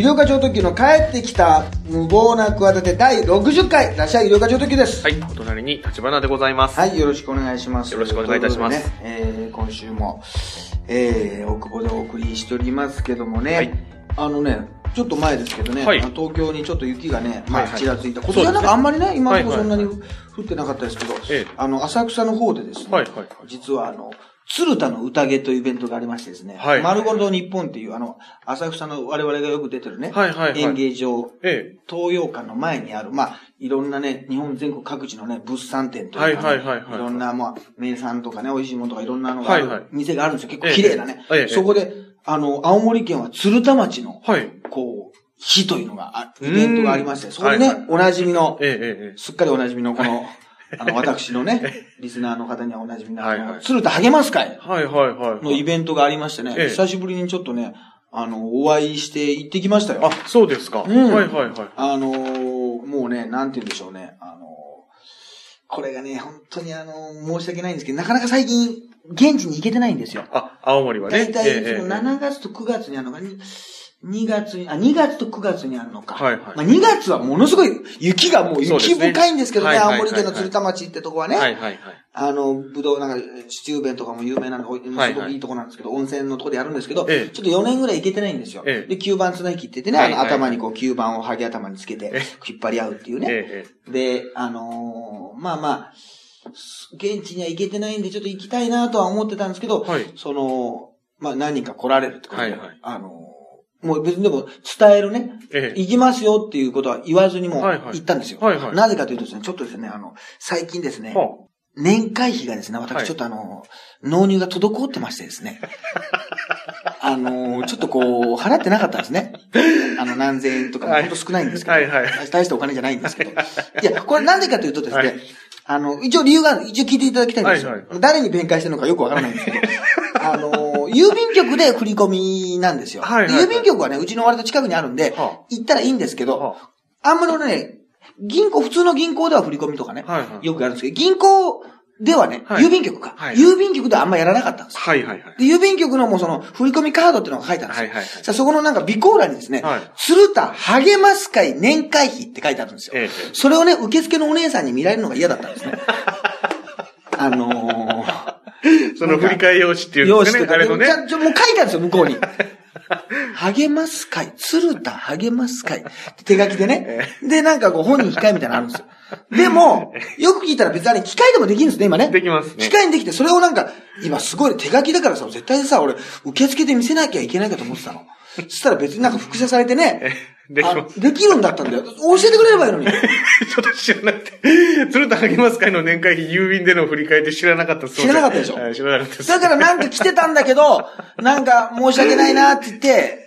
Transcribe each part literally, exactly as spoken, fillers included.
医療課長特急の帰ってきた無謀な企てだいろくじゅっかい、いらっしゃい医療課長特急です。 はい、お隣に立花でございます。 はい、よろしくお願いします。 よろしくお願いいたします。 ね、えー、今週も、えー、大久保でお送りしておりますけどもね、はい、あのね、ちょっと前ですけどね、はい、東京にちょっと雪がね、まあ、ちらついた。今年はなんかあんまりね、今のところそんなに降ってなかったですけど、はいはいはい、あの、浅草の方でですね、はいはいはい、実はあの、鶴田の宴というイベントがありましてですね、はい、丸ごと日本っていうあの、浅草の我々がよく出てるね、はいはいはい、演芸場、ええ、東洋館の前にある、まあ、いろんなね、日本全国各地のね、物産展というか、ね、はいはいはいはい、いろんな、まあ、名産とかね、美味しいものとかいろんなのがある、はいはい、店があるんですよ。結構綺麗なね。ええ、そこで、あの、青森県は鶴田町の、はい、こう、日というのが、イベントがありまして、そこでね、はいはい、おなじみの、ええ、すっかりおなじみのこの、あの、私のね、リスナーの方にはおなじみな、はいはい、鶴田励ます会のイベントがありましてね、はいはいはい、久しぶりにちょっとね、あの、お会いして行ってきましたよ。 あ、そうですか。うん、はいはいはい。 あのー、もうね、なんて言うんでしょうね、あのー、これがね、本当にあのー、申し訳ないんですけど、なかなか最近、現地に行けてないんですよ。 あ、青森はね。 だいたい、そのしちがつとくがつにあるのが、にがつに、あ、にがつとくがつにあるのか。はいはい。まあ、にがつはものすごい、雪がもう雪深いんですけどね、ね、青森県の鶴田町ってとこはね。はいはいはい。あの、ぶどう、なんか、シチュー弁とかも有名なのが、すごくいいとこなんですけど、はいはい、温泉のとこでやるんですけど、ええ、ちょっとよねんぐらい行けてないんですよ。ええ、で、吸盤綱引きって言ってね、はいはいはい、あの、頭にこう、吸盤をハゲ頭につけて、引っ張り合うっていうね。ええ、で、あのー、まあまあ、現地には行けてないんで、ちょっと行きたいなとは思ってたんですけど、はい、その、まあ何人か来られるってことで、はいはい、あのー、もう別にでも伝えるね、ええ、行きますよっていうことは言わずにも行ったんですよ。はいはいはいはい、なぜかというとですね、ちょっとですね、あの、最近ですね、はあ、年会費がですね、私ちょっとあの、納入が滞ってましてですね、あの、ちょっとこう、払ってなかったんですね。あの、何千円とかもほんと少ないんですけど、はいはいはい、大したお金じゃないんですけど。いや、これなんでかというとですね、はい、あの、一応理由がある、一応聞いていただきたいんですよ。はいはいはい、誰に弁解してるのかよくわからないんですけど、あの、郵便局で振り込みなんですよ。はいはいはい、郵便局はね、うちの割と近くにあるんで、はあ、行ったらいいんですけど、はあ、あんまり俺ね、銀行、普通の銀行では振り込みとかね、はいはい、よくやるんですけど、銀行ではね、はい、郵便局か、はいはい。郵便局ではあんまやらなかったんですよ。はいはいはい。で、郵便局のもうその、振り込みカードっていうのが書いてあるんですよ。はいはいはい。さあそこのなんか備考欄にですね、はい、鶴田励ます会年会費って書いてあるんですよ。ええ、それをね、受付のお姉さんに見られるのが嫌だったんですね。あのー、 その振り替え用紙っていうんですかね。用紙とか、あれのね。 じゃ、もう書いてあるんですよ、向こうに。励ます会、鶴田励ます会って手書きでね。で、なんかこう本人控えみたいなのあるんですよ。でも、よく聞いたら別にあれ機械でもできるんですね、今ね。 できますね。 機械にできて、それをなんか、今すごい手書きだからさ、絶対さ、俺、受付で見せなきゃいけないかと思ってたの。そしたら別になんか複写されてね、できます。できるんだったんだよ。教えてくれればいいのに。ちょっと知らなくて。鶴田励ます会の年会費郵便での振り替えって知らなかったそう知らなかったでしょ、 はい、知らなかったです。 だからなんか来てたんだけど、なんか申し訳ないなって言って、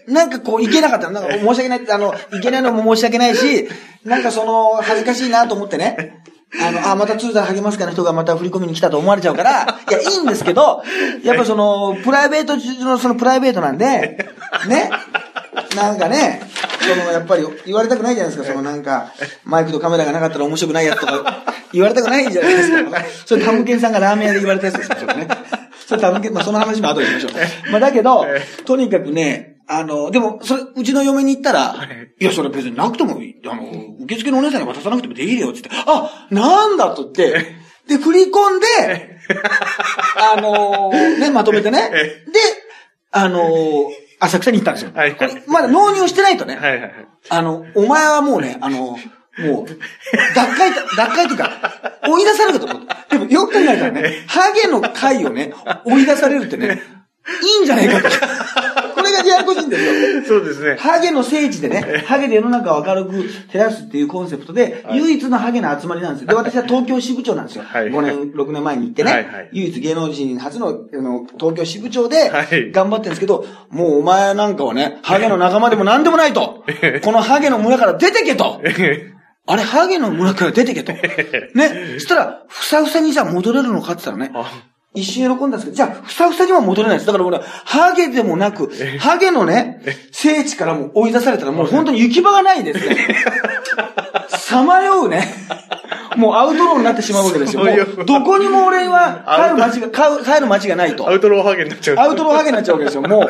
なんかこういけなかったの。なんか申し訳ないって、あの、いけないのも申し訳ないし、なんかその、恥ずかしいなと思ってね。あの、あ、また鶴田励ます会の人がまた振り込みに来たと思われちゃうから、いや、いいんですけど、やっぱその、プライベートの、そのプライベートなんで、ね。なんかね、その、やっぱり言われたくないじゃないですか、そのなんか、マイクとカメラがなかったら面白くないやつとか、言われたくないじゃないですか。それタムケンさんがラーメン屋で言われたやつですよね。それタムケン、まあその話も後でしましょう。まあだけど、とにかくね、あの、でも、それ、うちの嫁に言ったら、いや、それ別になくてもいい。あの、受付のお姉さんに渡さなくてもできるよ、って言って、あ、なんだと言って、で、振り込んで、あの、ね、まとめてね。で、あの、浅草に行ったんですよ。はいはい、まだ納入してないとね。はいはいはい、あの、お前はもうね、あの、もう、脱会、脱会というか、追い出されると思う。でもよく考えたらね、ハゲの会をね、追い出されるってね、いいんじゃないかと。これがややこしいんですよ。 そうですね。 ハゲの聖地でね、ハゲで世の中を明るく照らすっていうコンセプトで、はい、唯一のハゲの集まりなんですよ。で、私は東京支部長なんですよ。はい、ごねん、ろくねんまえに行ってね、はいはい、唯一芸能人初の、あの、東京支部長で頑張ってるんですけど、はい、もうお前なんかはね、ハゲの仲間でも何でもないと。このハゲの村から出てけと。あれ、ハゲの村から出てけと。ね。そしたら、ふさふさにさ、戻れるのかって言ったらね、一瞬喜んだんですけど、じゃあ、ふさふさには戻れないです。だから俺は、ハゲでもなく、ハゲのね、聖地からも追い出されたらもう本当に行き場がないですね。さまようね。もうアウトローになってしまうわけですよ。もうどこにも俺は帰る街が、帰る街がないと。 アウトローハゲになっちゃう。 アウトローハゲになっちゃうわけですよ。もう、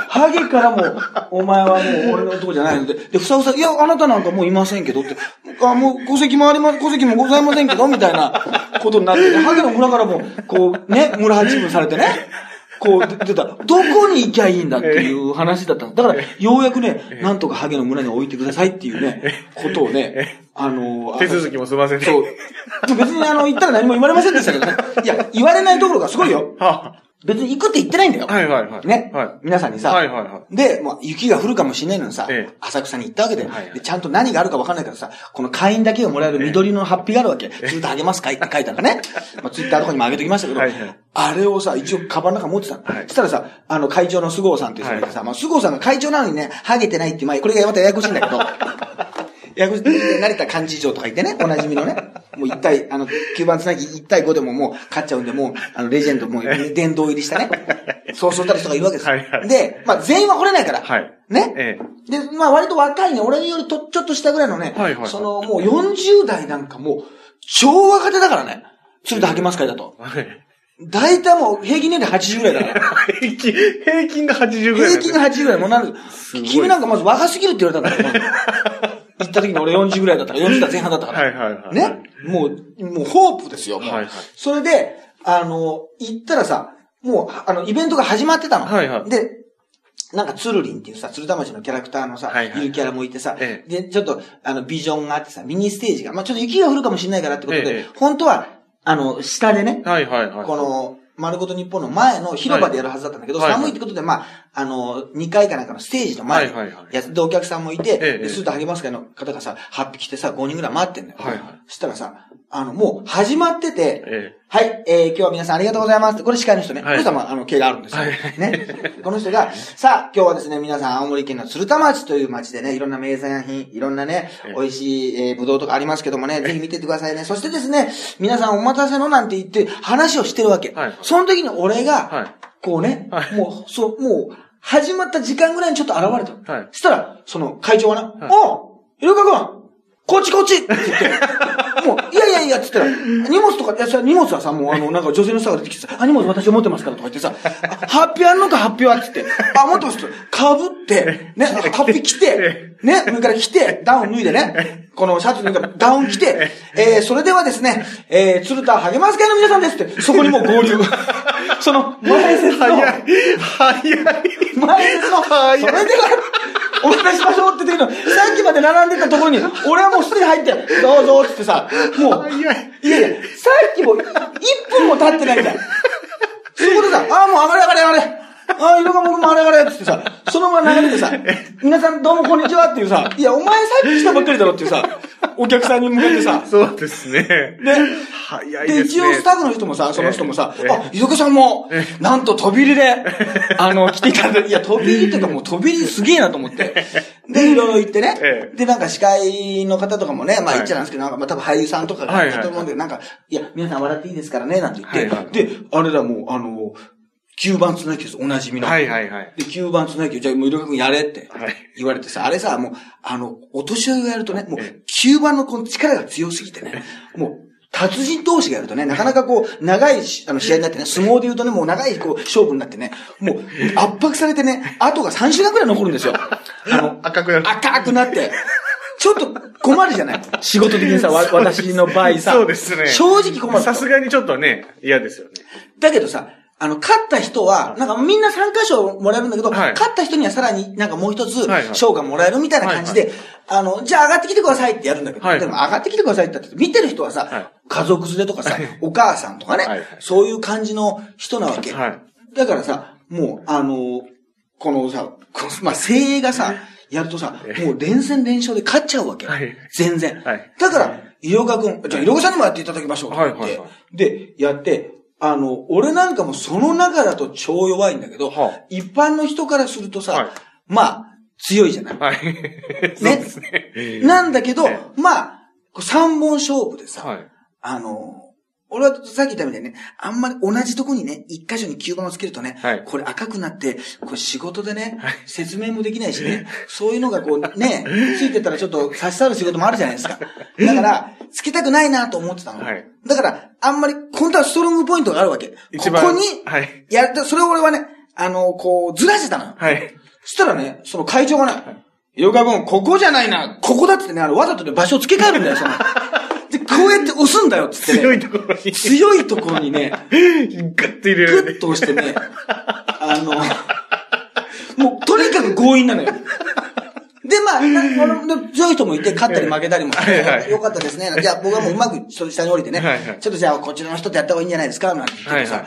ハゲからも、お前はもう俺の男じゃないので、で、ふさふさ、いや、あなたなんかもういませんけどって、あ、もう戸籍もあります、戸籍もございませんけど、みたいなことになって、ハゲの村からも、こう、ね、村八分されてね、こう出た。どこに行きゃいいんだっていう話だった。だから、ようやくね、なんとかハゲの村に置いてくださいっていうね、ことをね、あの、 手続きもすいませんね。 そう。別にあの、言ったら何も言われませんでしたけどね。いや、言われないところがすごいよ。はあ、別に行くって言ってないんだよ。 はいはいはい。 ね。 はい、 皆さんにさ。 はいはいはい。 で、まあ、雪が降るかもしれないのにさ、ええ、浅草に行ったわけで、はいはい、で、ちゃんと何があるか分かんないからさ、この会員だけがもらえる緑のハッピーがあるわけ。ツイッターあげますかって書いたからね。まあ、ツイッターとかにもあげときましたけど、はいはい、あれをさ、一応カバンの中持ってたの。はい、そしたらさ、あの、会長の菅生さんっていう人がいてさ、はい、まあ、菅生さんが会長なのにね、ハゲてないっていう、まあ、これがまたややこしいんだけど、ややこしい、成田幹事長とか言ってね、おなじみのね。もう一対、あの、きゅうばんつなぎいち対ごでももう勝っちゃうんで、もう、あの、レジェンド、もう、殿堂入りしたね。そうそうたる人がいるわけです。はいはい、で、まあ、全員は来れないから。はい。ね。ええ、で、まあ、割と若いね、俺よりと、ちょっとしたぐらいのね、はいはいはい、その、もうよんじゅう代なんかもう、超若手だからね。鶴田はけます会だと。はい。大体もう、平均年齢はちじゅうぐらいだから。 平均、平均がはちじゅうぐらい、 ね。平均がはちじゅうぐらい。もうなる。君なんかまず若すぎるって言われたんだよ。行った時に俺よんじゅうぐらいだったから、よんじゅう代前半だったから。はいはいはい。ね。もう、もうホープですよ。もう。はいはい。それで、あの、行ったらさ、もう、あの、イベントが始まってたの。はいはい。で、なんか、つるりんっていうさ、鶴田町のキャラクターのさ、はいはい、いるキャラもいてさ、ええ、で、ちょっと、あの、ビジョンがあってさ、ミニステージが、まあ、ちょっと雪が降るかもしれないからってことで、ええ、本当は、あの、下でね、はいはいはい。この、丸ごと日本の前の広場でやるはずだったんだけど、はい、寒いってことで、まあ、あの、にかいかなんかのステージの前やつでお客さんもいて、ええ、で、スーッと励ます会の方がさ、はっぴきてさ、ごにんぐらい待ってんだよ。はいはい。そしたらさ、あの、もう始まってて、ええ、はい、えー、今日は皆さんありがとうございますって、これ司会の人ね。はい、この人は、あの、毛があるんですよ。はい、ね。この人が、さあ、今日はですね、皆さん、青森県の鶴田町という町でね、いろんな名産品、いろんなね、ええ、美味しい、えー、ぶどうとかありますけどもね、ぜひ見てってくださいね。そしてですね、皆さんお待たせのなんて言って話をしてるわけ。はい、その時に俺が、はい、こうね、はい、もう、そう、もう、始まった時間ぐらいにちょっと現れた。はい、そしたら、その会長がな、はい、おう、イルカ君こっちこっちって言って、もう、いやいやいやって言ったら、荷物とか、いや、さ、荷物はさ、もうあの、なんか女性の人が出てきてさ、あ、荷物私持ってますからとか言ってさ、発表あんのか発表はって言って、あ、持ってますって、被って、ね、発表着て、ね、上から着て、ダウン脱いでね、このシャツ脱いからダウン着て、えー、それではですね、えー、鶴田励ます会の皆さんですって、そこにもう合流。その、前説の、早い、早い。前説の、それでは、お渡ししましょうって時の、さっきまで並んでたところに、俺はもうすでに入って、どうぞってってさ、もう、いやいや、さっきも、いっぷんも経ってないじゃん。そこでさ、ああ、もう上がれ上がれ上がれ。ああ、色が僕も上がれ上がれってってさ、そのまま流れてさ、皆さんどうもこんにちはっていうさ、いや、お前さっき来たばっかりだろっていうさ、お客さんに向かってさ。 そうですね。 で、 早いですね。 で、一応スタッフの人もさ、その人もさ、あ、伊藤さんも、なんと飛び入りで、あの、来ていただいて、いや、飛び入りっていうかもう飛び入りすげえなと思って。で、いろいろ言ってね。で、なんか司会の方とかもね、まあ言っちゃなんですけど、なんかまあ多分俳優さんとかがいたと思うんで、なんか、いや、皆さん笑っていいですからね、なんて言って。で、あれだもう、あの、きゅうばんつなぎです。おなじみの。はいはいはい。で、きゅうばんつなぎ、じゃあ、もう、いろかくんやれって言われてさ、あれさ、もう、あの、お年寄りがやるとね、もう、きゅうばんのこの力が強すぎてね、もう、達人同士がやるとね、なかなかこう、長いあの試合になってね、相撲で言うとね、もう長いこう、勝負になってね、もう、圧迫されてね、後がさんしゅうかんくらい残るんですよ。あの、 赤くなって。 赤くなって。ちょっと困るじゃない仕事的にさ、私の場合さ。 そうですね。 正直困る。 さすがにちょっとね、嫌ですよね。 だけどさ、あの、勝った人は、なんかみんな参加賞もらえるんだけど、はい、勝った人にはさらになんかもう一つ賞がもらえるみたいな感じで、はいはい、あの、じゃあ上がってきてくださいってやるんだけど、はい、でも上がってきてくださいって言って、見てる人はさ、はい、家族連れとかさ、お母さんとかね、はい、そういう感じの人なわけ。はい、だからさ、もう、あの、このさ、このまあ、精鋭がさ、やるとさ、もう連戦連勝で勝っちゃうわけ。はい、全然。はい、だから、井岡くん、じゃあ井岡さんにもやっていただきましょうって言って、はいはいはい、で、やって、あの、俺なんかもその中だと超弱いんだけど、はあ、一般の人からするとさ、はい、まあ、強いじゃない。はい。ね。そうですね。なんだけど、まあ、三本勝負でさ、はい、あの、俺はさっき言ったみたいにね、あんまり同じとこにね、一箇所に吸盤をつけるとね、はい、これ赤くなって、これ仕事でね、はい、説明もできないしね、そういうのがこうね、ついてたらちょっと差し障る仕事もあるじゃないですか。だから、つけたくないなと思ってたの。はい、だから、あんまり、本当はストロングポイントがあるわけ。ここに、やると、それを俺はね、あの、こう、ずらしてたのよ。はい。 そしたらね、その会長がね、よか君、ここじゃないな、ここだってね、あの、わざとね、場所を付け替えるんだよ、その。で、こうやって押すんだよ、つってね。 強いところに。 強いところにね、 グッと入れる。 グッと押してね、あの、もう、とにかく強引なのよ。で、まあ、強い人もいて、勝ったり負けたりも、はいはい、よかったですね。じゃあ、僕はもううまく下に降りてね、はいはい、ちょっとじゃあ、こちらの人とやった方がいいんじゃないですかなんて言ってさ、はいはい、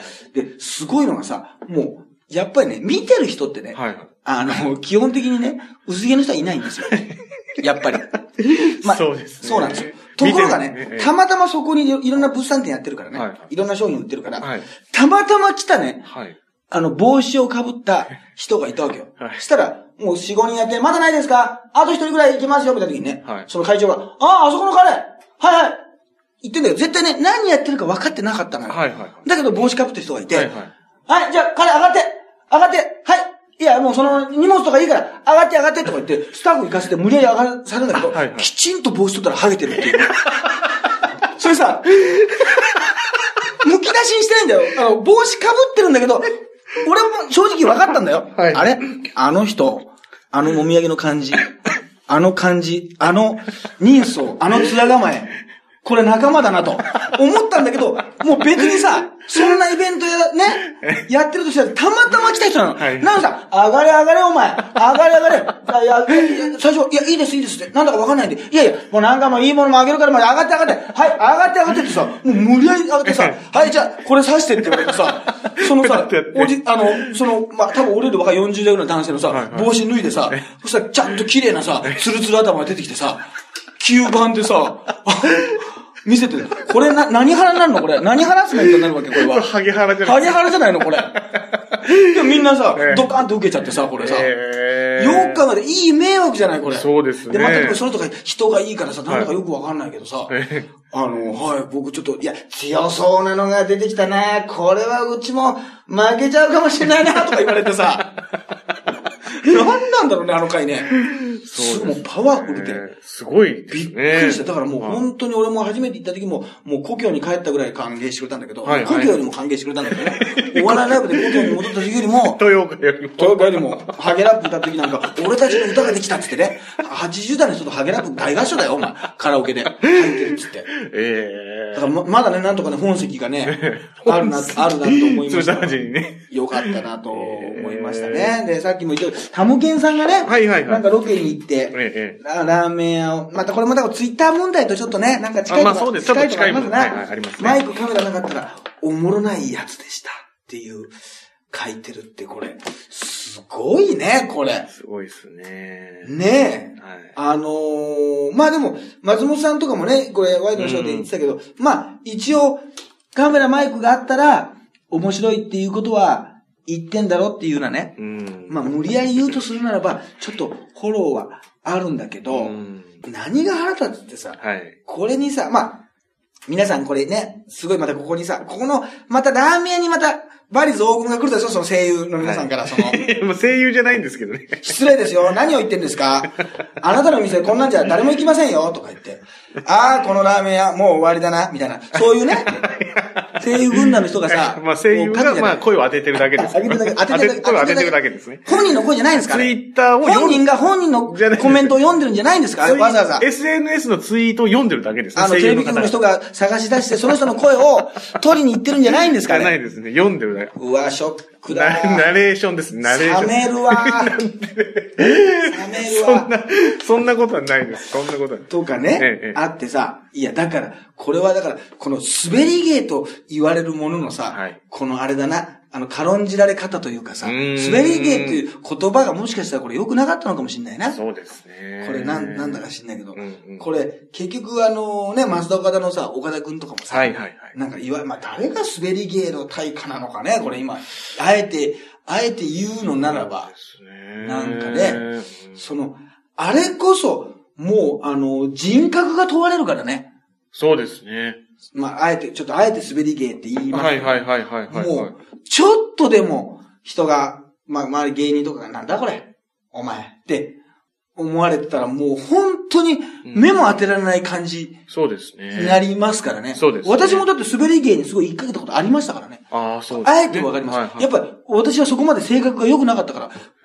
で、すごいのがさ、もう、やっぱりね、見てる人ってね、はいはい、あの、基本的にね、薄毛の人はいないんですよ。やっぱり。まあ、そうですね。そうなんですよ。ところがね、ねたまたまそこにいろんな物産展やってるからね、はい、いろんな商品売ってるから、はい、たまたま来たね、はい、あの、帽子をかぶった人がいたわけよ。はい、したら、もうよん、ごにんやって、まだないですかあとひとりぐらい行けますよみたいな時にね、はい、その会長が、ああ、あそこの彼はいはい言ってんだよ。絶対ね、何やってるか分かってなかったのよ。はいはいはい、だけど帽子かぶってる人がいて、はい、はい、はい、じゃあ彼上がって上がってはいいや、もうその荷物とかいいから、上がって上がってとか言って、スタッフ行かせて無理やり上がされるんだけど、はいはい、きちんと帽子取ったらハゲてるっていう。それさ、むき出しにしてないんだよ。あの、帽子かぶってるんだけど、俺も正直分かったんだよ。はい、あれあの人、あのもみあげの感じ、あの感じ、あの人相、あの面構え、これ仲間だなと思ったんだけど、もう別にさ、そんなイベントや、ね、やってるとしたら、たまたま来た人なの。はい、なんかさ、上がれ上がれお前、上がれ上がれ。いや、最初、いや、いいですいいですって、なんだかわかんないんで、いやいや、もうなんかもいいものもあげるから、上がって上がって、はい、上がって上がってってさ、もう無理やり上がってさ、はい、じゃあ、これ刺してって言われてさ、そのさ、おじ、あの、その、まあ、多分俺より若いよんじゅう代ぐらいの男性のさ、はいはい、帽子脱いでさ、そしたらちゃんと綺麗なさ、ツルツル頭が出てきてさ、吸盤でさ、見せてる。これな、何腹になるのこれ。何ハラスメントになるわけこれは。 ハゲハラじゃないハゲハラじゃないのこれ。でもみんなさ、えー、ドカンと受けちゃってさ、これさ。えー、よく考えていい迷惑じゃないこれ。 そうですね。 で、またそれとか人がいいからさ、なんだかよくわかんないけどさ。はい、あの、はい、僕ちょっと、いや、強そうなのが出てきたな。これはうちも負けちゃうかもしれないな、とか言われてさ。何なんだろうね、あの回ね。そうもうパワフルで。 すごいですね。びっくりした。だからもう本当に俺も初めて行った時も、もう故郷に帰ったぐらい歓迎してくれたんだけど、はいはい、故郷よりも歓迎してくれたんだけどね。お笑いライブで故郷に戻った時よりも、 豊岡よりも、 豊岡よりも、ハゲラップ歌った時なんか、俺たちの歌ができたって言ってね、はちじゅう代の人とハゲラップ大合唱だよ、お前。カラオケで。入ってるっつって。ええー。だからま、まだね、なんとかね、本籍がね、あるな、あるなと思いました。ね、よかったなと思いましたね。で、さっきも言ったタムケンさんがね、はいはいはい、なんかロケに行って、ええ、ラーメン屋を、またこれもだからツイッター問題とちょっとね、なんか近いところ、まあ、近いところありますな、はいはいありますね。マイクカメラなかったら、おもろないやつでしたっていう、書いてるってこれ、すごいね、これ。 すごいですね。 ねえ。はい、あのー、まあでも、松本さんとかもね、これワイドのショーで言ってたけど、うん、まあ一応、カメラマイクがあったら、面白いっていうことは、言ってんだろっていうようなね。うん、まあ無理やり言うとするならば、ちょっとフォローはあるんだけど、うん、何が腹立つってさ、はい、これにさ、まあ、皆さんこれね、すごいまたここにさ、ここの、またラーメン屋にまた、バリズ黄金が来るでしょその声優の皆さんから、はい、その。 もう声優じゃないんですけどね。 失礼ですよ。何を言ってんですかあなたの店こんなんじゃ誰も行きませんよとか言って。ああ、このラーメン屋もう終わりだな、みたいな。そういうね。声優軍団の人がさ。 まあ声優がまあ声を当ててるだけです。当ててるだけ。当ててる声を当ててるだけですね。 本人の声じゃないんですかツイッターを本人が本人のコメントを読んでるんじゃないんですかわざわざ。 エスエヌエス のツイートを読んでるだけですね。 あの、テレビ局の人が探し出して、その人の声を取りに行ってるんじゃないんですかね。 じゃないですね。読んでるだけ。 うわ、ショックだな。 ナレーションです。ナレーション。 冷めるわ。冷めるわ。 そんな、そんなことはないです。そんなことはない。 とかね、ええ、あってさ、いや、だから、これはだから、この滑り芸と言われるもののさ、はい、このあれだな、あの、軽んじられ方というかさ、滑り芸という言葉がもしかしたらこれ良くなかったのかもしれないな。 そうですね。 これなん、なんだか知んないけど、うんうん、これ、結局あのね、松田岡田のさ、岡田くんとかもさ、はいはいはい、なんか言わ、まあ、誰が滑り芸の対価なのかね、これ今、あえて、あえて言うのならば、ね、なんかね、うん、その、あれこそ、もう、あの、人格が問われるからね。 そうですね。 まあ、あえて、ちょっとあえて滑り芸って言いますけど、 はいはいはいはい、はい。 もう、ちょっとでも人が、まあ、周り芸人とかがなんだこれお前って思われてたらもう本当に目も当てられない感じ、うん、そうですね。になりますからね。 そうですね。 私もだって滑り芸にすごい引っ掛けたことありましたからね。 ああ、そうですね。 あえてわかります、はいはい。やっぱり私はそこまで性格が良くなかったから、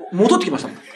戻ってきましたもん。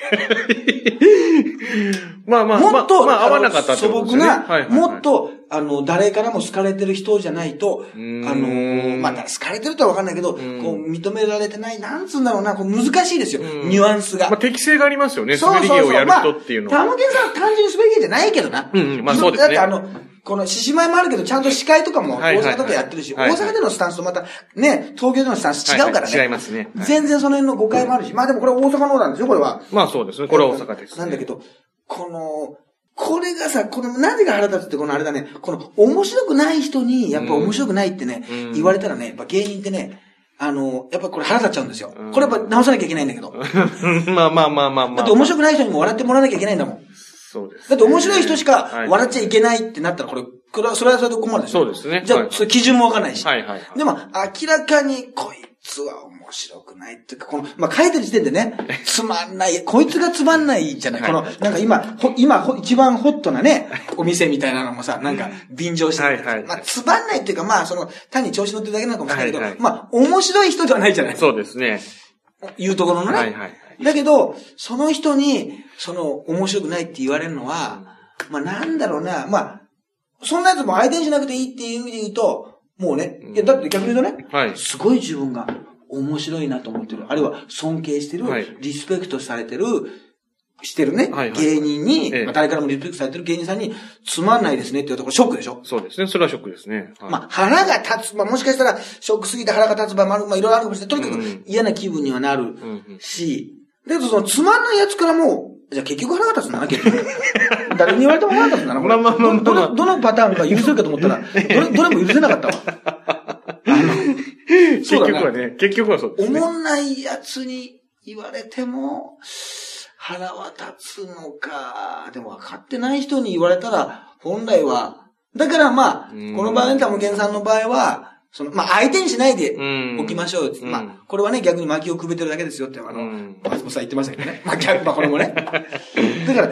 まあまあ、 もっと、 まあ、まあ、合わなかったって素朴な、 はいはいはい、 もっと、あの、誰からも好かれてる人じゃないと、あの、まあ、好かれてるとはわかんないけど、こう、認められてない、なんつうんだろうな、こう難しいですよ、ニュアンスが。 まあ、適性がありますよね、滑り芸をやる人っていうのは。 まあ、タムケンさんは単純に滑り芸じゃないけどな。 うんうん、まあそうですね。 だってあの、この、獅子舞もあるけど、ちゃんと司会とかも大阪とかやってるし、大阪でのスタンスとまた、ね、東京でのスタンス違うからね。 違いますね。 全然その辺の誤解もあるし、まあでもこれ大阪の方なんですよ、これは。 まあそうですね、これは大阪です。 なんだけど、この、これがさ、この、何が腹立つってこのあれだね、この、面白くない人に、やっぱ面白くないってね、言われたらね、やっぱ芸人ってね、あの、やっぱこれ腹立っちゃうんですよ。これやっぱ直さなきゃいけないんだけど。 まあまあまあまあまあ。 だって面白くない人にも笑ってもらわなきゃいけないんだもん。 そうです、ね。 だって面白い人しか笑っちゃいけないってなったら、これ、これは、それはそれで困るでしょ。 そうですね。 じゃあ、それ基準もわかんないし。 はいはい。 でも、明らかに、こいつは面白くないっていうか、この、まあ、書いてる時点でね、つまんない、こいつがつまんないじゃない。この、なんか今、ほ今ほ、一番ホットなね、お店みたいなのもさ、なんか、便乗してる。はいはい。まあ、つまんないっていうか、まあ、その、単に調子乗ってるだけなのかもしれないけど、はいはい、まあ、面白い人ではないじゃない。 そうですね。 いうところのね。 はいはい。 だけど、その人に、その、面白くないって言われるのは、まあ、なんだろうな、まあ、そんなやつも相手にしなくていいっていう意味で言うと、もうね、いや、だって逆に言うとね、はい、すごい自分が面白いなと思ってる、あるいは尊敬してる、はい、リスペクトされてる、してるね、はいはい、芸人に、ええ、まあ、誰からもリスペクトされてる芸人さんに、つまんないですねって言うところショックでしょ？ そうですね。それはショックですね。 はい、まあ、腹が立つ、まあ、もしかしたら、ショックすぎて腹が立つ場もある、まあ、いろいろあるかもしれない。とにかく嫌な気分にはなるし、うんうん、だけどそのつまんないやつからも、じゃあ結局腹が立つんだな、結局。誰に言われても腹が立つんだな、これ。まあまあまあまあ、どの、どのパターンか許せるかと思ったら、どれ、どれも許せなかったわ。あの、 結局はね、結局はそうですね。 思んないやつに言われても、腹は立つのか。でも分かってない人に言われたら、本来は、だからまあ、この場合、タムケンさんの場合は、その、まあ、相手にしないでおきましょう。まあ、これはね、逆に薪をくべてるだけですよって、あの、松本さん言ってましたけどね。まあ、逆、まあ、これもね。だから、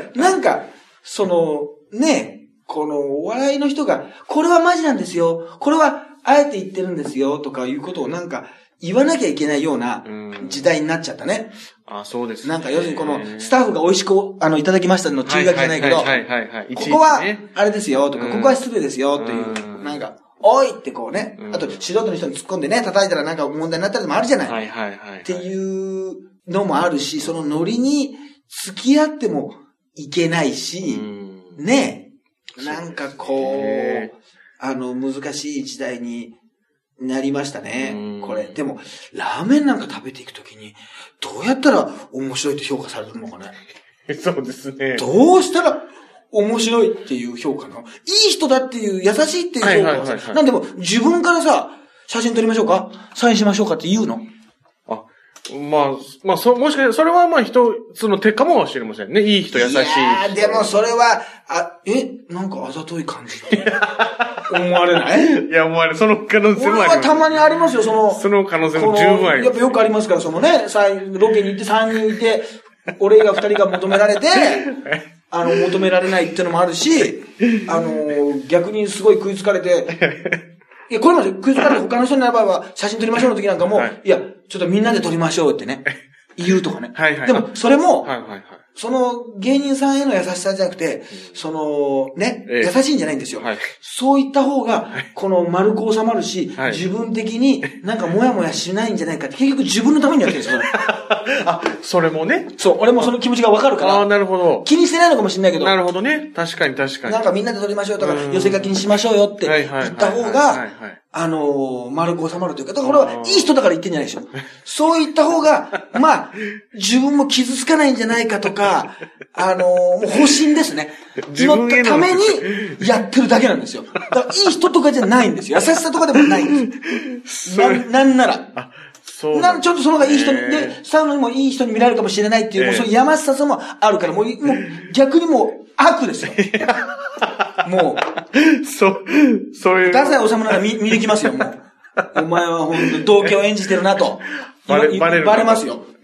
なんか、その、ね、この、お笑いの人が、これはマジなんですよ。これは、あえて言ってるんですよ。とかいうことをなんか、言わなきゃいけないような時代になっちゃったね。 あ、そうですね。 なんか、要するにこの、スタッフが美味しく、あの、いただきましたの注意書きじゃないけど、ここは、あれですよ。とか、ここは失礼ですよ。という、なんか、おいってこうね。あと、素人の人に突っ込んでね、叩いたらなんか問題になったりもあるじゃない。 はいはいはい。 っていうのもあるし、そのノリに付き合ってもいけないし、ね。なんかこう、あの、難しい時代になりましたね。これ。でも、ラーメンなんか食べていくときに、どうやったら面白いって評価されるのかね。 そうですね。 どうしたら、面白いっていう評価の。いい人だっていう、優しいっていう評価。はいはいはいはい、なんでも、自分からさ、写真撮りましょうか？サインしましょうかって言うの？ あ、まあ、まあ、そ、もしかして、それはまあ一つの手かもしれませんね。いい人、優しい人。いやー、でもそれは、あ、え、なんかあざとい感じって思われないいや、思われ、その可能性もあります。 俺はたまにありますよ、その。 その可能性も十分あります。 やっぱよくありますから、そのね、ロケに行ってさんにんいて、俺がふたりが求められて、あの、求められないっていうのもあるし、あの、逆にすごい食いつかれて、いや、これも食いつかれて他の人になる場合は、写真撮りましょうの時なんかも、はい、いや、ちょっとみんなで撮りましょうってね、言うとかね。はいはい、でも、それも、はいはいはい、その芸人さんへの優しさじゃなくて、その、ね、ええ、優しいんじゃないんですよ。はい、そういった方が、この丸く収まるし、はい、自分的になんかモヤモヤしないんじゃないかって、結局自分のためにやってるんですよ。 あ、それもね。 そう、俺もその気持ちがわかるから。 ああ、なるほど。 気にしてないのかもしれないけど。 なるほどね。確かに確かに。 なんかみんなで撮りましょうとか、寄せ書きにしましょうよって言った方が、あのー、丸く収まるというか、だからこれはいい人だから言ってんじゃないでしょ。そういった方が、まあ、自分も傷つかないんじゃないかとか、あのー、もう方針ですね。自分のためにやってるだけなんですよ。だからいい人とかじゃないんですよ。優しさとかでもないんです。な、なんなら。あ、そうなん。ちょっとその方がいい人に、で、サウナにもいい人に見られるかもしれないっていう、もうそういうやましさもあるから、もう、もう逆にもう悪ですよ。もう。そう、そういう。 太宰治なら見、見に来ますよ、もう。お前は本当同居を演じてるなと。バレ、バレる。バレますよ。えー、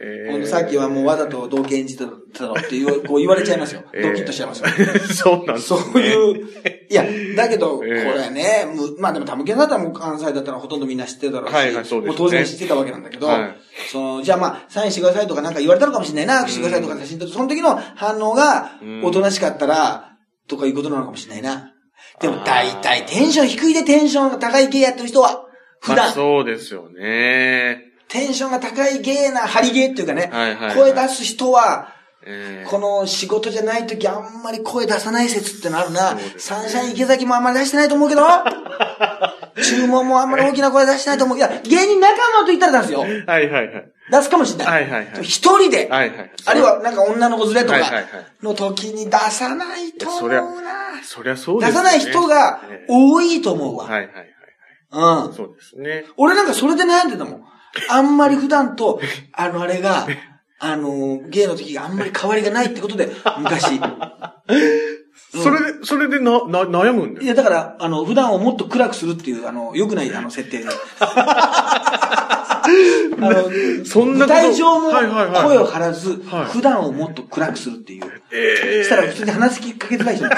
の、さっきはもうわざと同型演じてたのって言わこう言われちゃいますよ。ドキッとしちゃいますよ。 そうなんですね。 そういう、いや、だけど、これね、まあでもタムケンだったらもう関西だったらほとんどみんな知ってるだろうし、はいはい、そうですね、もう当然知ってたわけなんだけど、はい、その、じゃあまあ、サインしてくださいとかなんか言われたのかもしれないな、握手してくださいとか写真撮って、その時の反応がおとなしかったら、とかいうことなのかもしれないな。でも大体テンション低いでテンションが高い芸やってる人は、普段。 まあ、そうですよね。 テンションが高い芸な、張り芸っていうかね、はいはいはい、声出す人は、えー、この仕事じゃないときあんまり声出さない説ってのあるな。ね、サンシャイン池崎もあんまり出してないと思うけど、注文もあんまり大きな声出してないと思う。いや、芸人仲間と言ったら出すよ。はいはいはい。 出すかもしれない。はいはいはい。一人で、はいはい、あるいはなんか女の子連れとかの時に出さないと思うな。 そりゃそうですね。 出さない人が多いと思うわ。はいはいはい。うん。 そうですね。 俺なんかそれで悩んでたもん。あんまり普段と、あのあれが、あの、芸の時があんまり変わりがないってことで、昔。 うん、それで、それでな、な、悩むんだよ。 いや、だから、あの、普段をもっと暗くするっていう、あの、良くない、あの、設定で。あの、そんな舞台上も声を張らず、はい、普段をもっと暗くするっていう。ええー。したら普通に話きかけづらい人だ。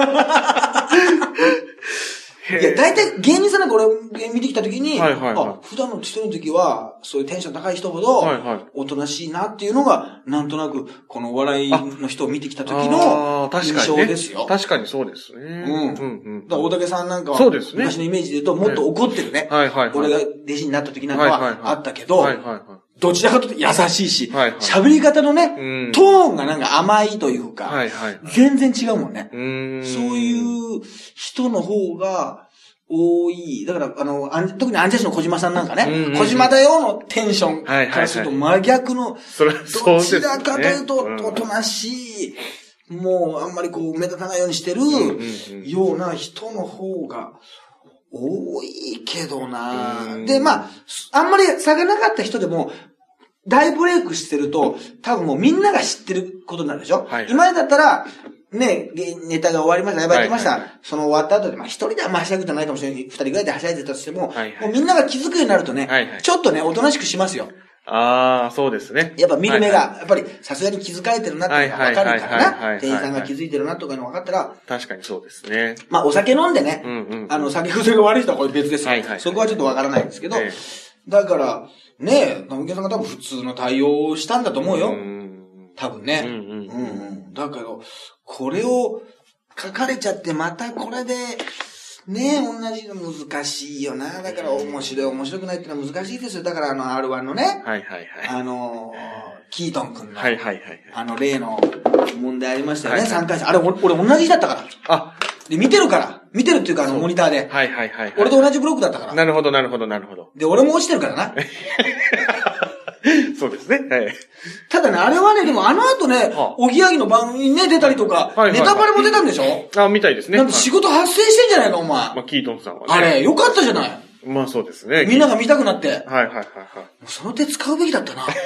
いや、大体芸人さんなんか俺見てきたときに、はいはいはい、あ、普段の一人の時は、そういうテンション高い人ほど、おとなしいなっていうのが、なんとなく、このお笑いの人を見てきた時の印象ですよ。 確かにね、確かにそうですね。うん。うんうん。 だから大竹さんなんかは、そうですね、昔のイメージで言うと、もっと怒ってるね。はいはいはい。俺が弟子になった時なんかはあったけど、はいはいはい。どちらかというと優しいし、はいはい、喋り方のね、うん、トーンがなんか甘いというか、はいはい、全然違うもんね。うんそういう人の方が多い。だから、あの、特にアンジャッシュの小島さんなんかね、うんうん、小島だよのテンションからすると真逆の、どちらかというとおとなしい、もうあんまりこう目立たないようにしてるような人の方が、多いけどな。で、まあ、あんまり差がなかった人でも、大ブレイクしてると、多分もうみんなが知ってることになるでしょ、はいはい、今だったら、ね、ネタが終わりました、やばいやってました。はいはいはい、その終わった後で、まあ一人でははしゃぐじゃないかもしれない。二人ぐらいではしゃいでたとしても、はいはい、もうみんなが気づくようになるとね、はいはい、ちょっとね、おとなしくしますよ。 ああ、そうですね。 やっぱ見る目が、はいはい、やっぱりさすがに気づかれてるなっていうのがわかるからな。店員さんが気づいてるなとかいうのが分かったら。 確かにそうですね。 まあお酒飲んでね、うんうん、あの、酒癖が悪い人はこれ別ですよ、はいはいはい。そこはちょっとわからないんですけど、えー、だから、ねえ、ナムケンさんが多分普通の対応をしたんだと思うよ。うん多分ね、うんうんうんうん。だけど、これを書かれちゃってまたこれで、ねえ、同じの難しいよな。だから面白い面白くないってのは難しいですよ。だからあの アールワン のね、はいはいはい、あのキートン君の、はいはいはい、あの例の問題ありましたよね、はいはい、さんかい戦。あれ俺同じ日だったから。あ、で見てるから、見てるっていうかあのモニターで、はいはいはい、はい。俺と同じブロックだったから。 なるほどなるほどなるほど。 で俺も落ちてるからな。 そうですね。はい。 ただね、あれはね、でもあの後ね、おぎやはぎの番組にね、出たりとか、はいはいはい、ネタバレも出たんでしょ？ あ、みたいですね。 なんか仕事発生してんじゃないの、お前。 まあ、キートンさんはね。 あれ、よかったじゃない。 まあそうですね。 みんなが見たくなって。はいはいはいはい。 その手使うべきだったな。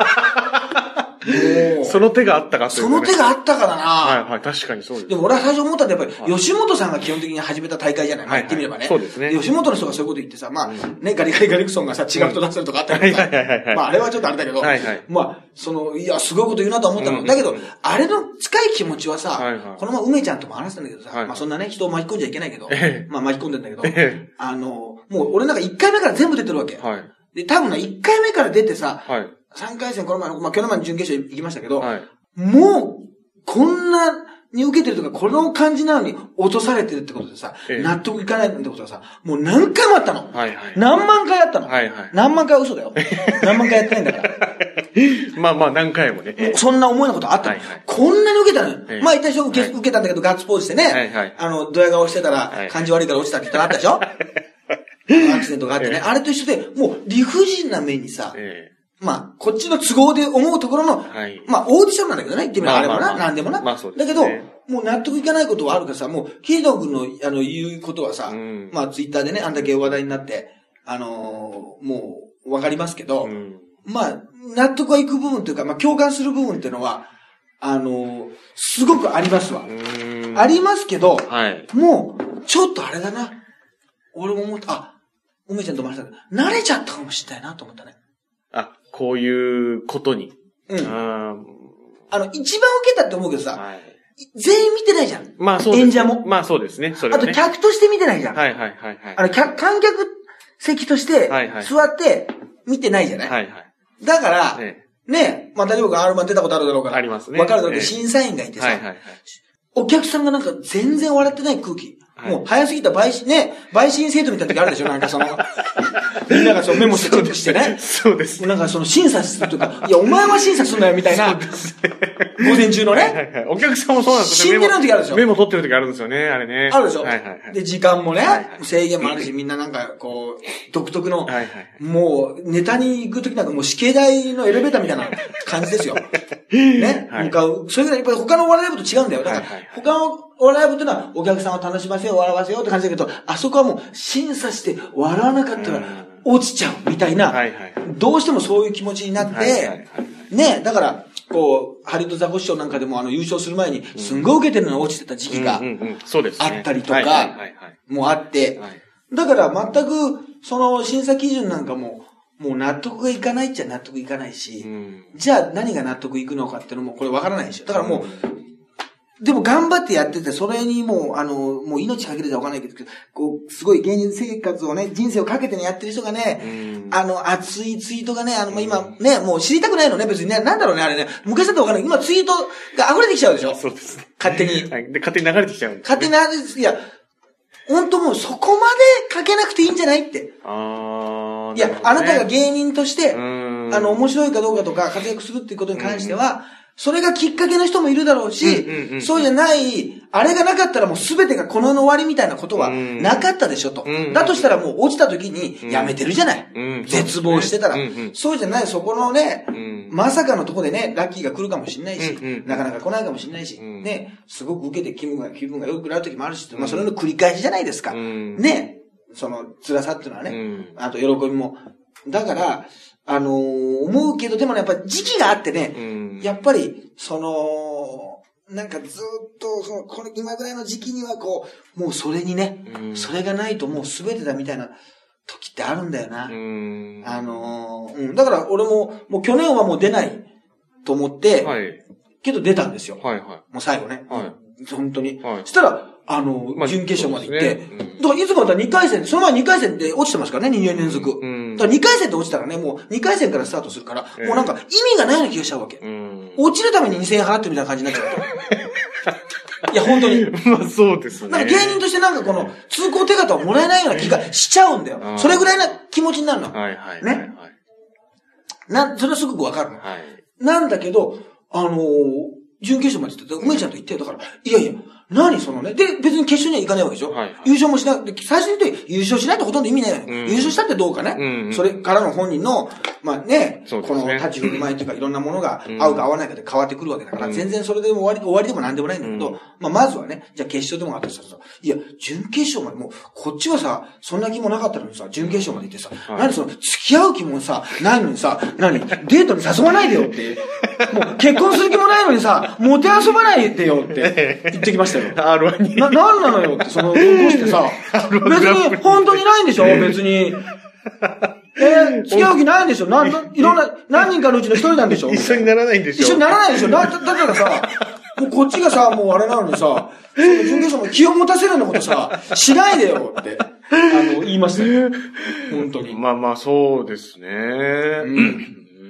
その手があったかというか、 ね、その手があったからな。 はいはい、確かにそうです。 でも俺は最初思ったんで、やっぱり、吉本さんが基本的に始めた大会じゃない。まあ、言ってみればね。そうですね。吉本の人がそういうこと言ってさ、まあ、ね、ガリガリガリクソンがさ、違う人出せるとかあったりとか。まあ、あれはちょっとあれだけど、はいはい、まあ、その、いや、すごいこと言うなと思ったの。だけど、あれの近い気持ちはさ、このまま梅ちゃんとも話したんだけどさ、まあそんなね、人を巻き込んじゃいけないけど、まあ巻き込んでんだけど、あの、もう俺なんかいっかいめから全部出てるわけ。で、多分ね、いっかいめから出てさ、さんかい戦この前の、まあ去年前の準決勝行きましたけど、もう、こんなに受けてるとか、この感じなのに落とされてるってことでさ、ええ、納得いかないってことはさ、もう何回もあったの。はいはい、何万回あったの。はいはい、何万回は嘘だよ。何万回やってないんだから。 まあまあ何回もね。 もうそんな思いのことあったの。はいはい、こんなに受けたのよ。ええ、まあ一体受け、はい、受けたんだけどガッツポーズしてね、はいはい、あの、ドヤ顔してたら、はい、感じ悪いから落ちたって言ったらあったでしょアクシデントがあってね、ええ。あれと一緒で、もう理不尽な目にさ、ええまあ、こっちの都合で思うところの、はい、まあ、オーディションなんだけどね、言ってみれば、あれもな、まあまあ、なんでもな。まあそうですね。だけど、もう納得いかないことはあるからさ、もう、キード君の、あの、言うことはさ、うん、まあ、ツイッターでね、あんだけ話題になって、あのー、もう、わかりますけど、うん、まあ、納得はいく部分というか、まあ、共感する部分っていうのは、あのー、すごくありますわ。ありますけど、はい、もう、ちょっとあれだな。俺も思った、あ、梅ちゃんと話したけど、慣れちゃったかもしれないなと思ったね。 あ、こういうことに。 うん。あの、一番受けたって思うけどさ、はい、全員見てないじゃん。 まあそうです、ね。 演者も。 まあそうですね。それはね。 あと客として見てないじゃん。 はいはいはいはい。 あの、観客席として、座って見てないじゃない、はいはい、だから、ね、ねまあ大丈夫か アールワン 出たことあるだろうから。 ありますね。 わかるだろうけど、審査員がいてさ、はいはいはい、お客さんがなんか全然笑ってない空気。はい、もう早すぎた陪審、ね、陪審制度みたいな時あるでしょなんかその、みんながそうメモしてチェックしてね。 そうです。 なんかその審査するとか、いや、お前は審査すんなよみたいな。そうですね。午前中のね。はいはいはい。 お客さんもそうなんですよね。死んでる時あるでしょ。 メモ取ってる時あるんですよね、あれね。 あるでしょ。 はいはいはい。 で、時間もね、はいはい、制限もあるし、みんななんかこう、独特の、はいはい、もう、ネタに行く時なんかもう死刑台のエレベーターみたいな感じですよ。ね。はい、向かう。それぐらいやっぱり他のお笑いライブと違うんだよ。だから、他のお笑いライブってのはお客さんを楽しませよう、笑わせようって感じだけど、あそこはもう審査して笑わなかったら落ちちゃうみたいな、はいはい、どうしてもそういう気持ちになって、はいはいはい、ね、だから、こう、ハリウッドザコシショウなんかでもあの優勝する前に、すんごい受けてるのが落ちてた時期があったりとか、もあって、だから全くその審査基準なんかも、もう納得がいかないっちゃ納得いかないし、うん、じゃあ何が納得いくのかっていうのもこれわからないでしょ。だからもう、うん、でも頑張ってやってて、それにもう、あの、もう命かけてたらわかんないけど、こう、すごい芸人生活をね、人生をかけてね、やってる人がね、うん、あの、熱いツイートがね、あの、今ね、もう知りたくないのね、別にね、なんだろうね、あれね、昔だとわかんない。今ツイートが溢れてきちゃうでしょ。 そうですね。 勝手に。 はい。で、勝手に流れてきちゃうんです、ね。 勝手に流れて、いや、本当もうそこまでかけなくていいんじゃないって。あいや、ね、あなたが芸人として、あの、面白いかどうかとか活躍するっていうことに関しては、それがきっかけの人もいるだろうし、うんうんうんうん、そうじゃない、あれがなかったらもう全てがこの世の終わりみたいなことはなかったでしょと。うんうんうん、だとしたらもう落ちた時にやめてるじゃない。うんうん、絶望してたら、うんうん。そうじゃない、そこのね、うん、まさかのとこでね、ラッキーが来るかもしれないし、うんうん、なかなか来ないかもしれないし、うん、ね、すごく受けて気分が、気分が良くなる時もあるし、まあそれの繰り返しじゃないですか。うん、ね、その辛さっていうのはね、うん、あと喜びも。だから、あのー、思うけど、でもね、やっぱり時期があってね、うん、やっぱり、その、なんかずっと、その、この今ぐらいの時期にはこう、もうそれにね、うん、それがないともう全てだみたいな時ってあるんだよな。うん、あのー、うん、だから俺も、もう去年はもう出ないと思って、はい、けど出たんですよ。はいはい、もう最後ね。はい、本当に。はい、そしたら、あの、まあ、準決勝まで行って、ねうん、だからいつもだったらにかい戦、その前にかい戦で落ちてますからね、にねん連続。うん、だからにかい戦で落ちたらね、もうにかい戦からスタートするから、うん、もうなんか意味がないような気がしちゃうわけ。うん、落ちるためににせんえん払ってるみたいな感じになっちゃうと。いや、本当に。 まあそうですね。 なんか芸人としてなんかこの、通行手形をもらえないような気がしちゃうんだよ。それぐらいな気持ちになるの。はいはい。ね。な、それはすごくわかるの。はい。なんだけど、あのー、準決勝まで行って、梅ちゃんと言って、だから、いやいや、何そのね。で、別に決勝には行かないわけでしょ、はいはい、優勝もしなくて、最初に言って、優勝しないとほとんど意味ないよね、うん。優勝したってどうかね、うんうん。それからの本人の、まあね、ねこの立ち振る舞いというか、いろんなものが合うか合わないかで変わってくるわけだから、うん、全然それで終わり、終わりでも何でもないんだけど、うん、まあまずはね、じゃあ決勝でもあったらさ、いや、準決勝までもう、こっちはさ、そんな気もなかったのにさ、準決勝まで行ってさ、はい、何その、付き合う気もさ、ないのにさ、何、デートに誘わないでよって、もう結婚する気もないのにさ、もて遊ばないでよって言ってきましたよ。 アールワン に。 な、なんなのよって、その、どうしてさ、別に、本当にないんでしょ別に。えー、付き合う気ないんでしょなん、いろんな、何人かのうちの一人なんでしょ一緒にならないんでしょ一緒にならないでしょだ、だからさ、もうこっちがさ、もうあれなのにさ、その準決勝も気を持たせるようなことさ、しないでよって、あの、言いましたよ。本当に。 まあまあ、そうですね。うん。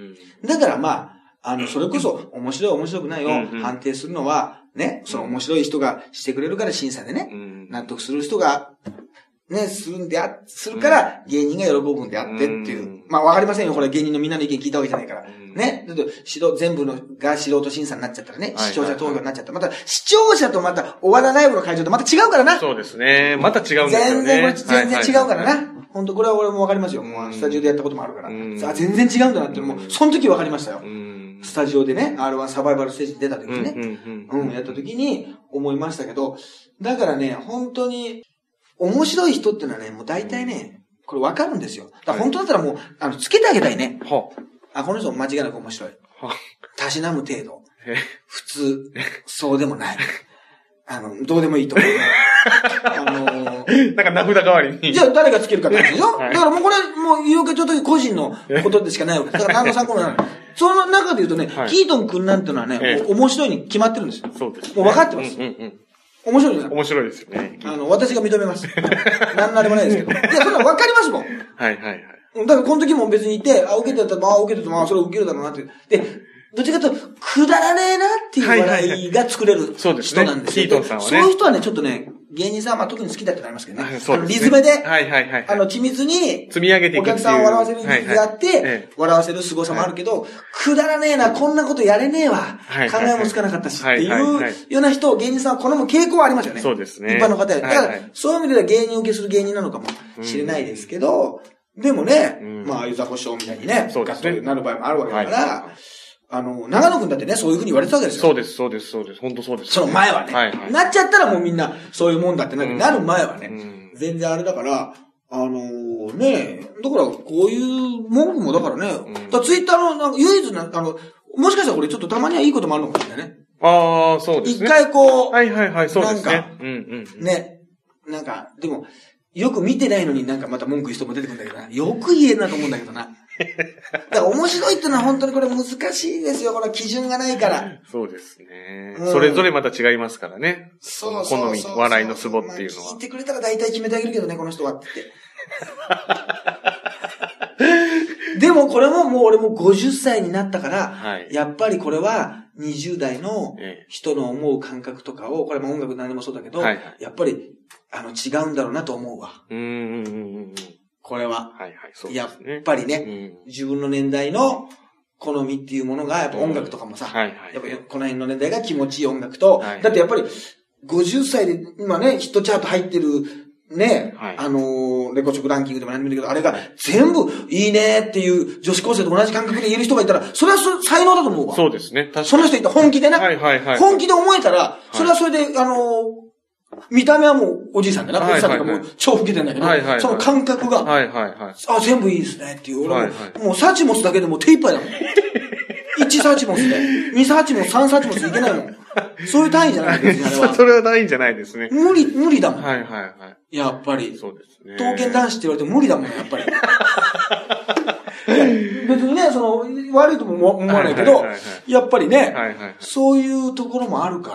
だからまあ、あの、それこそ、面白い面白くないを判定するのは、ね、その面白い人がしてくれるから審査でね、納得する人が、ね、するんであ、するから芸人が喜ぶんであってっていう。まあわかりませんよ。これ芸人のみんなの意見聞いたわけじゃないから。ね。だと、指導、全部のが素人審査になっちゃったらね、視聴者投票になっちゃったら、また視聴者とまたお笑いライブの会場とまた違うからな。 そうですね。また違うんですよね。 全然これ全然違うからな。本当これは俺もわかりますよ。もうスタジオでやったこともあるから。さあ全然違うんだなっていうのも、その時わかりましたよ。スタジオでね、アールワン サバイバルステージに出た時にね、うん、やった時に思いましたけど、だからね、本当に、面白い人ってのはね、もう大体ね、これわかるんですよ。だから本当だったらもう、あの、つけてあげたいね。はあ、この人間違いなく面白い。はたしなむ程度。普通、そうでもない。あの、どうでもいいと思う。 あのー、 なんか名札代わりに。 じゃあ誰がつけるかって話でしょ、はい、だからもうこれ、もう、有料ちょっと個人のことでしかないわけです。だから何の参考にならない。その中で言うとね、はい、キートン君なんてのはね、ええ、面白いに決まってるんですよ。 そうです、ね。 もう分かってます。うんうんうん、面白いですよ。 面白いですよね。 あの、私が認めます。何のあれもないですけど。いや、それは分かりますもん。 はいはいはい。 だからこの時も別にいて、あ、受けてたら、まあ受けてたら、まあそれを受けるだろうなって。で、どっちかというと、くだらねえなっていう笑いが作れる人なんですよ。 そうですね。キートンさんはね。 そういう人はね、ちょっとね、芸人さんはまあ特に好きだってなりますけどね。 そうですね。あのリズムで、 はいはいはい。 あの、緻密に、 積み上げていく。 お客さんを笑わせる技術があって、笑わせる凄さもあるけど、くだらねえな、こんなことやれねえわ。考えもつかなかったし、っていうような人を芸人さんは好む傾向はありますよね。 そうですね。 一般の方や。だから、そういう意味では芸人受けする芸人なのかもしれないですけど、でもね、まあ、ユザコショウみたいにね、ガッとなる場合もあるわけだから、あの、長野くんだってね、そういう風に言われてたわけですよ。 そうです、そうです、そうです。本当そうです。 その前はね。 はいはい。 なっちゃったらもうみんな、そういうもんだってなる、うん、なる前はね、うん、全然あれだから、あのー、ね、だから、こういう文句もだからね、うん、だからツイッターの、なんか唯一な、あの、もしかしたらこれちょっとたまにはいいこともあるのかもしれないね。 ああ、そうですね。 一回こう、 はいはいはい、そうですね。 なんか、うんうん、ね、なんか、でも、よく見てないのになんかまた文句言う人も出てくるんだけどな。よく言えるなと思うんだけどな。だから面白いってのは本当にこれ難しいですよ。これ基準がないから。 そうですね、うん。それぞれまた違いますからね。 そうそうそう。 好み、笑いのツボっていうのは。 まあ、聞いてくれたら大体決めてあげるけどね、この人はって言って。でもこれももう俺もごじゅっさいになったから、はい、やっぱりこれはにじゅう代の人の思う感覚とかを、これも音楽何でもそうだけど、はいはい、やっぱりあの違うんだろうなと思うわ。 うんうんうんうん。 これは。 はいはい、そうですね。 やっぱりね、うん、自分の年代の好みっていうものが、やっぱ音楽とかもさ、うん、はいはい、やっぱこの辺の年代が気持ちいい音楽と、はいはい、だってやっぱりごじゅっさいで今ね、ヒットチャート入ってるね、はい、あのー、レコチョクランキングでも何でもいいけど、あれが全部いいねっていう女子高生と同じ感覚で言える人がいたら、それはそ才能だと思うわ。 そうですね。確かに。 その人いた本気でな。 はいはいはい。 本気で思えたら、それはそれで、あのー、見た目はもうおじいさんだな。おじいさんとかもう超老けてんだけど、はいはいはい、その感覚が、 はいはいはい、 あ、全部いいですねっていう。俺も、はいはい、もうサチモスだけでもう手一杯だもん。いちサチモスで。にサチモス、さんサチモスいけないもん。そういう単位じゃないですね、あれは。 それは単位じゃないですね。 無理、無理だもん。 はいはいはい。 やっぱり。 そうですね。 刀剣男子って言われても無理だもん、やっぱり。別にね、その、悪いとも思わないけど、はいはいはいはい、やっぱりね、はいはいはい、そういうところもあるから、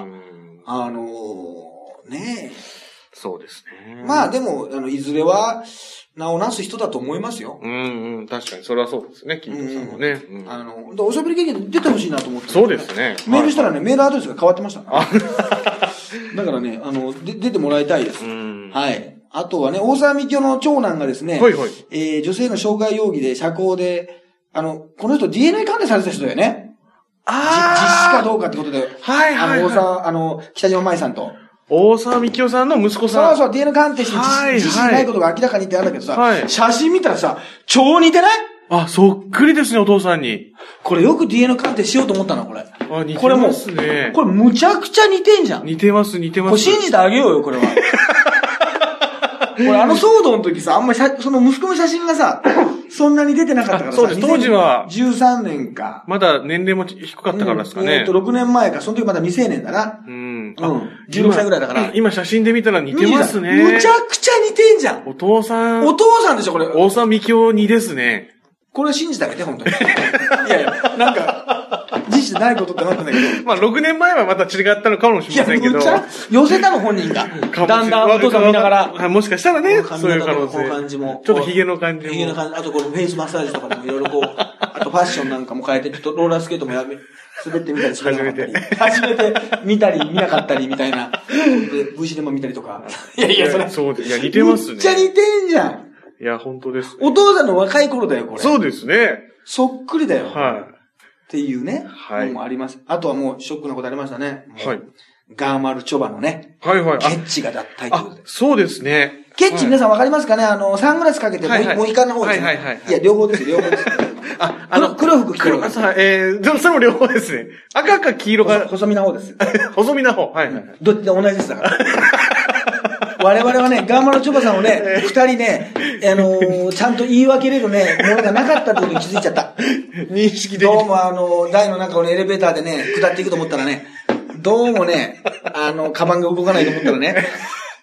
あのー、ねえ。 そうですね。 まあでも、あの、いずれは、名をなす人だと思いますよ。 うんうん、確かに、それはそうですね、キートさんもね。うん、 あの、おしゃべり経験出てほしいなと思って、ね。 そうですね。 メールしたらね、はい、メールアドレスが変わってました、ね。だからね、あの、で、出てもらいたいです。うんはい。あとはね、大沢みきおの長男がですね、はいはい、えー、女性の傷害容疑で釈放で、あの、この人 ディーエヌエー 鑑定されてた人だよね。ああ。実施かどうかってことで。はいはい、はい。あの、大沢、あの、北島舞さんと。 大沢みきおさんの息子さん。そうそう、ディーエヌエー 鑑定して、はいはい、実施ないことが明らかにってあるんだけどさ、はい、写真見たらさ、超似てない？ あ、そっくりですね、お父さんに。 これよく ディーエヌエー 鑑定しようと思ったな、これ。 あ、似てますね。 これもう、これむちゃくちゃ似てんじゃん。 似てます、似てます。 これ信じてあげようよ、これは。これあの騒動の時さ、あんまりその息子の写真がさ、そんなに出てなかったからさ。 そうです、当時は。 じゅうさんねんか。 まだ年齢も低かったからですかね。 うん、えっと、ろくねんまえか、その時まだ未成年だな。うん。うん。じゅうろくさいぐらいだから。 今写真で見たら似てますね。 むちゃくちゃ似てんじゃん。 お父さん。 お父さんでしょ、これ。 大沢みきおにですね。 これ信じてあげて、本当に。いやいや、なんか、事実ないことってなったんだけど。 まあ、ろくねんまえはまた違ったのかもしれませんけど。 いや、むちゃ、寄せたの本人が。だんだんお父さん見ながら。 もしかしたらね、そういう可能性。 この感じも。 ちょっと髭の感じも。 髭の感じ。あとこのフェイスマッサージとかでもいろいろこう、あとファッションなんかも変えて、ちょっとローラースケートもやめ、滑ってみたり滑らなかったり。初めて見たり見なかったりみたいな。で、V シでも見たりとか。いやいや、それ。 そういや、似てますね。 めっちゃ似てんじゃん。 いや、本当です、 ね。お父さんの若い頃だよ、これ。 そうですね。 そっくりだよ。 はい。 っていうね。はい。のもあります。あとはもうショックなことありましたね。はい。ガーマルチョバのね。 はいはい。 ケッチが脱退ということで。 そうですね。 ケッチ皆さんわかりますかね、あの、サングラスかけてモヒカンの方ですね。はいはいはい。いや、両方ですよ、両方です。あ、あの、黒服着てる。 黒、えー、でもそれも両方ですね。赤か黄色か。 細身な方です。 細身な方。はいはい。 どっちで同じですだから。我々はね、ガーマルチョバさんをね、二人ね、あのー、ちゃんと言い分けれるね、ものがなかったってことに気づいちゃった。 認識できどうもあの、台の中をね、エレベーターでね、下っていくと思ったらね、どうもね、あの、カバンが動かないと思ったらね、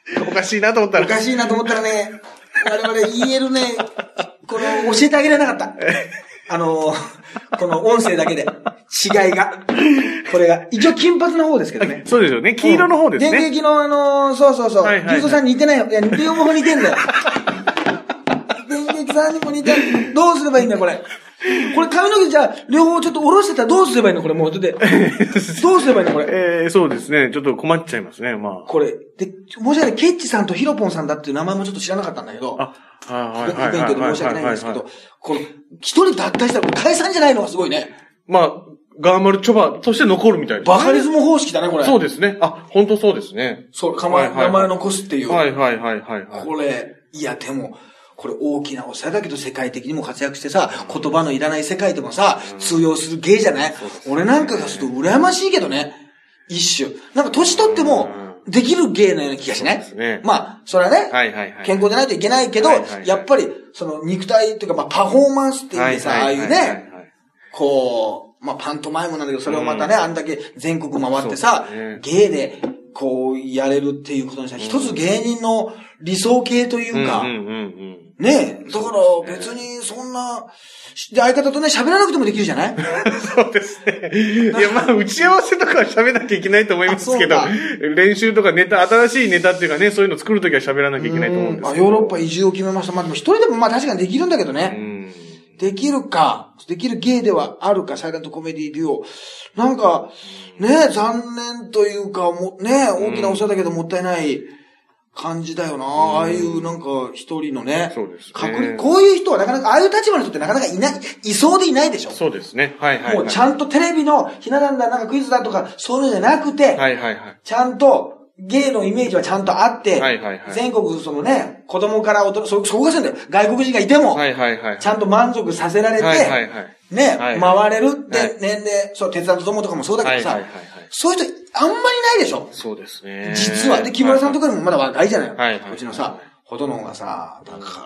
おかしいなと思ったら。 おかしいなと思ったらね、我々言えるね、この、教えてあげられなかった。あの、この音声だけで、違いが。これが、一応金髪の方ですけどね。 そうですよね。黄色の方ですね。 電撃のあの、そうそうそう。はいはいはい、牛さんに似てないよ。いや、両方似てんだよ。電撃さんにも似てる。どうすればいいんだよ、これ。これ髪の毛じゃあ、両方ちょっと下ろしてたらどうすればいいのこれもう。で、どうすればいいのこれ。 えー、そうですね。ちょっと困っちゃいますね、まあ。 これ、で、申し訳ない。ケッチさんとヒロポンさんだっていう名前もちょっと知らなかったんだけど。あ、はいはいはい。不勉強で申し訳ないんですけど、この、一人脱退したら解散じゃないのがすごいね。 まあ、ガーマルチョバとして残るみたいですね。 バカリズム方式だね、これ。 そうですね。あ、本当そうですね。 そう、名前を残すっていう。 はいはいはいはい。 これ、いやでも、これ大きなお世話だけど世界的にも活躍してさ、言葉のいらない世界でもさ、通用する芸じゃない、俺なんかがすると羨ましいけどね。一種。なんか年取っても、できる芸のような気がしない、ね、まあ、それはね、はいはいはい、健康でないといけないけど、はいはいはい、やっぱり、その肉体っていうか、まあ、パフォーマンスっていうさ、はいはいはいはい、ああいうね、こう、まあ、パントマイムなんだけど、それをまたね、うん、あんだけ全国回ってさ、ね、芸で、こう、やれるっていうことにさ、一つ芸人の理想形というか、うんうんうんうんねえ。だから別にそんな、で相方とね、喋らなくてもできるじゃないそうですね。いや、まあ、打ち合わせとかは喋らなきゃいけないと思いますけど、練習とかネタ、新しいネタっていうかね、そういうの作るときは喋らなきゃいけないと思うんですけど。 あ、ヨーロッパ移住を決めました。まあでも一人でもまあ確かにできるんだけどね。うんできるか、できる芸ではあるか、サイレントコメディデュオ。なんか、ね、残念というか、もね、大きなお世話だけどもったいない感じだよな。ああいうなんか一人のね。 そうですね。 確認、こういう人はなかなか、ああいう立場の人ってなかなかいない、いそうでいないでしょ。 そうですね。はいはい、はい。 もうちゃんとテレビのひな壇だ、なんかクイズだとか、そういうのじゃなくて、 はいはいはい。 ちゃんと、芸のイメージはちゃんとあって、はいはいはい、全国そのね、子供から大人、そ、そこがせんだよ。外国人がいても、はいはいはい、ちゃんと満足させられて、はいはいはい、ね、はいはい、回れるって、はい、年齢、そう、鉄腕と友とかもそうだけどさ、はいはいはいはい、そういう人あんまりないでしょ。 そうですね。 実は。で、木村さんとかでもまだ若いじゃない。はいはいはい、うちのさ、ほとんどがさ、だから、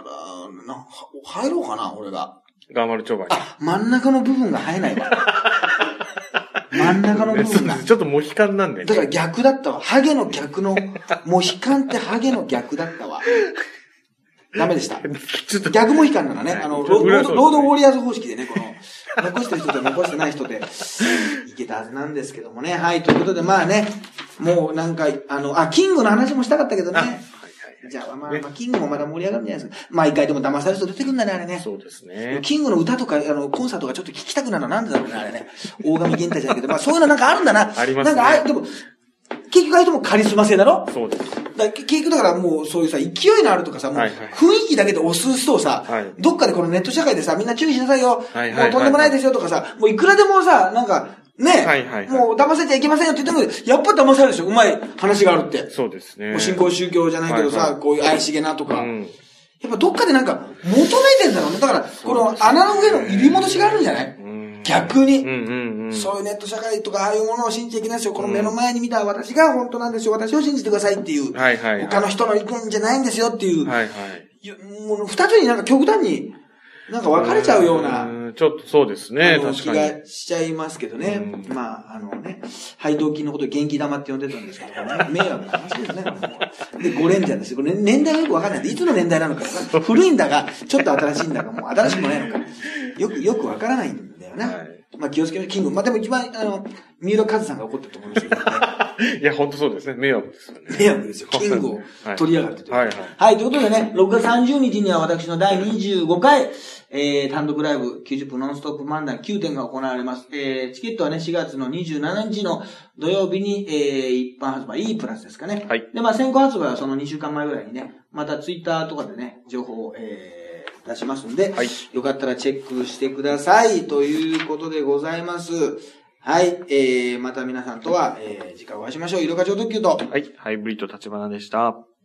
な、入ろうかな、俺が。 ガーマルチョバに。 あ、真ん中の部分が生えないわ。真ん中の部分が。 ちょっとモヒカンなんでね。 だから逆だったわ。ハゲの逆の、モヒカンってハゲの逆だったわ。ダメでした。逆モヒカンならね、あの、ロード、ロードウォリアーズ方式でね、この、残してる人と残してない人で、いけたはずなんですけどもね。はい、ということで、まあね、もうなんか、あの、あ、キングの話もしたかったけどね。じゃあ、まあ、まあ、キングもまだ盛り上がるんじゃないですか。毎回でも騙される人出てくるんだね、あれね。 そうですね。 キングの歌とか、あの、コンサートがちょっと聞きたくなるのはなんでだろうね、あれね。大神玄太じゃないけど、まあ、そういうのなんかあるんだな。 ありますね。 なんか、あでも、結局ああいう人もカリスマ性だろ？ そうです。 だ結局だからもうそういうさ、勢いのあるとかさ、もう雰囲気だけで押す人をさ、はい、どっかでこのネット社会でさ、みんな注意しなさいよ。はいはいはいはい、もうとんでもないですよとかさ、もういくらでもさ、なんか、ね、はいはいはい、もう騙せちゃいけませんよって言っても、やっぱ騙されるでしょ、うまい話があるって。 そうですね。 もう新興宗教じゃないけどさ、はいはい、こういう怪しげなとか、うん。やっぱどっかでなんか求めてんだろうね。だから、この穴の上の入り戻しがあるんじゃない、うん、逆に、うんうんうん。そういうネット社会とかああいうものを信じちゃいけないですよ。この目の前に見た私が本当なんですよ。私を信じてくださいっていう。はいはいはい、他の人の意見じゃないんですよっていう。はいはい。もう二つになんか極端に、なんか分かれちゃうような。 ちょっとそうですね。確かに。気がしちゃいますけどね。まあ、あのね、配当金のことを元気玉って呼んでたんですけど、ね、迷惑な話ですね。で、ゴレンジャーですよ。これ年代がよく分かんないんで、いつの年代なのか。古いんだが、ちょっと新しいんだが、もう新しくもないのか。よく、よく分からないんだよな。はい、まあ気をつけましょう。キング。まあでも一番、あの、三浦和さんが怒ってると思いますけど、ね。 いや、ほんとそうですね。迷惑ですよね。 迷惑ですよ。キングを取り上がってという。はい、はい、はい。はい、ということでね、ろくがつさんじゅうにちには私のだいにじゅうごかい、えー、単独ライブきゅうじゅっぷんノンストップ漫談きゅうてんが行われます。えー、チケットはね、しがつのにじゅうしちにちの土曜日に、えー、一般発売、E プラスですかね。はい。で、まあ、先行発売はそのにしゅうかんまえぐらいにね、またツイッターとかでね、情報を、えー、出しますんで、はい。よかったらチェックしてください。ということでございます。はい。えー、また皆さんとは、えー、次回お会いしましょう。色課長特急と。 はい。ハイブリッド立花でした。